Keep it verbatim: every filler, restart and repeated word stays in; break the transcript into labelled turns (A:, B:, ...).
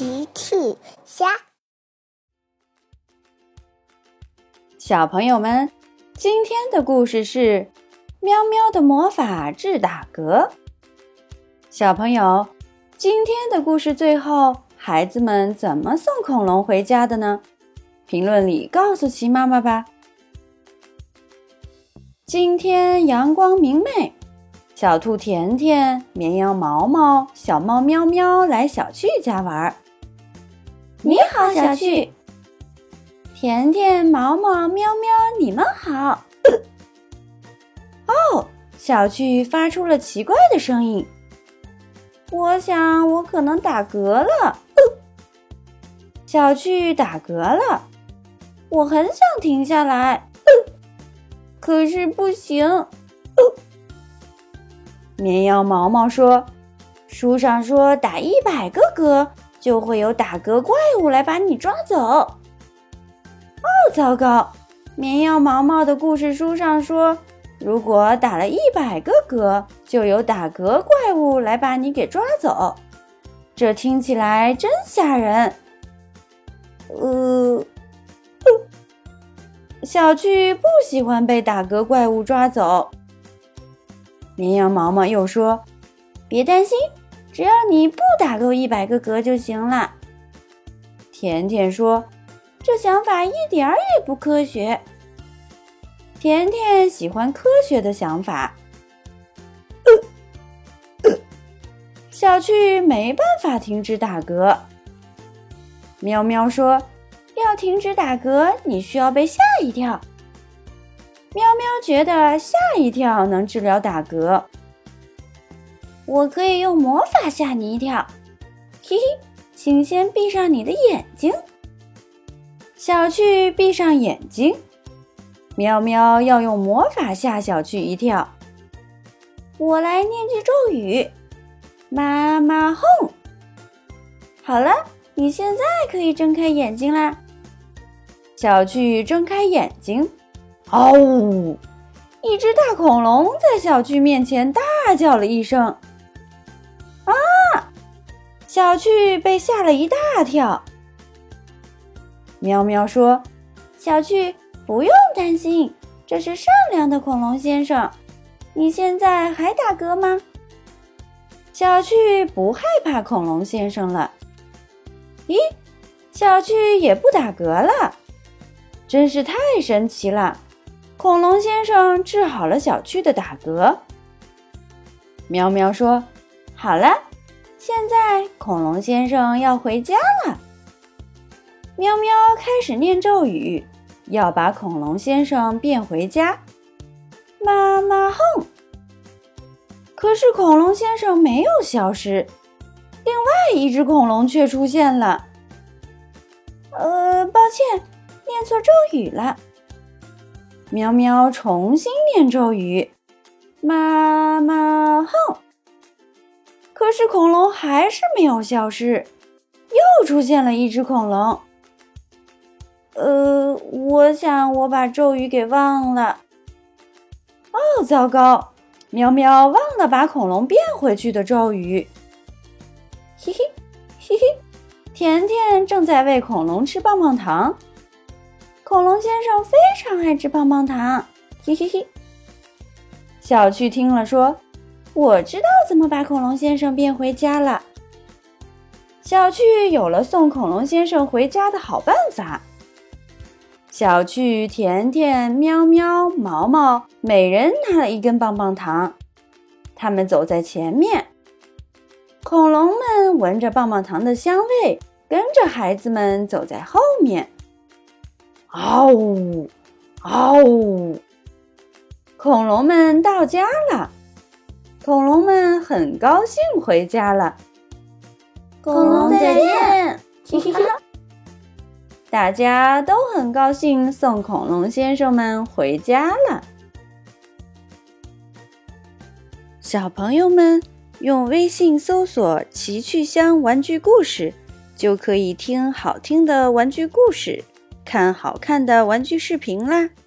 A: 奇趣虾。
B: 小朋友们，今天的故事是喵喵的魔法治打嗝。小朋友，今天的故事最后，孩子们怎么送恐龙回家的呢？评论里告诉奇妈妈吧。今天阳光明媚，小兔甜甜、绵羊毛毛、小猫喵喵来小趣家玩。你好，小趣。甜甜、毛毛、喵喵，你们好。哦，小趣发出了奇怪的声音。我想我可能打嗝了。小趣打嗝了。我很想停下来，可是不行。绵羊毛毛说，书上说打一百个嗝就会有打嗝怪物来把你抓走。哦，糟糕！绵羊毛毛的故事书上说，如果打了一百个嗝，就有打嗝怪物来把你给抓走。这听起来真吓人。呃，小趣不喜欢被打嗝怪物抓走。绵羊毛毛又说，别担心，只要你不打够一百个嗝就行了。甜甜说，这想法一点儿也不科学。甜甜喜欢科学的想法。呃呃、小趣没办法停止打嗝。喵喵说，要停止打嗝，你需要被吓一跳。喵喵觉得吓一跳能治疗打嗝。我可以用魔法吓你一跳。嘿嘿，请先闭上你的眼睛。小趣闭上眼睛。喵喵要用魔法吓小趣一跳。我来念句咒语，妈妈哄。好了，你现在可以睁开眼睛啦。小趣睁开眼睛。嗷呜！一只大恐龙在小趣面前大叫了一声。啊！小趣被吓了一大跳。喵喵说，小趣不用担心，这是善良的恐龙先生。你现在还打嗝吗？小趣不害怕恐龙先生了。咦，小趣也不打嗝了，真是太神奇了。恐龙先生治好了小趣的打嗝。喵喵说，好了，现在恐龙先生要回家了。喵喵开始念咒语，要把恐龙先生变回家。妈妈哄。可是恐龙先生没有消失，另外一只恐龙却出现了。呃，抱歉，念错咒语了。喵喵重新念咒语，妈妈哄。可是恐龙还是没有消失，又出现了一只恐龙。呃，我想我把咒语给忘了。哦，糟糕！喵喵忘了把恐龙变回去的咒语。嘿嘿，嘿嘿，甜甜正在喂恐龙吃棒棒糖。恐龙先生非常爱吃棒棒糖，嘿嘿嘿。小趣听了说，我知道怎么把恐龙先生变回家了。小趣有了送恐龙先生回家的好办法。小趣、甜甜、喵喵、毛毛每人拿了一根棒棒糖，他们走在前面。恐龙们闻着棒棒糖的香味，跟着孩子们走在后面。嗷呜，嗷呜！恐龙们到家了，恐龙们很高兴回家了。
A: 恐龙再见！
B: 嘿嘿嘿！大家都很高兴送恐龙先生们回家了。小朋友们用微信搜索“奇趣箱玩具故事”，就可以听好听的玩具故事，看好看的玩具视频啦。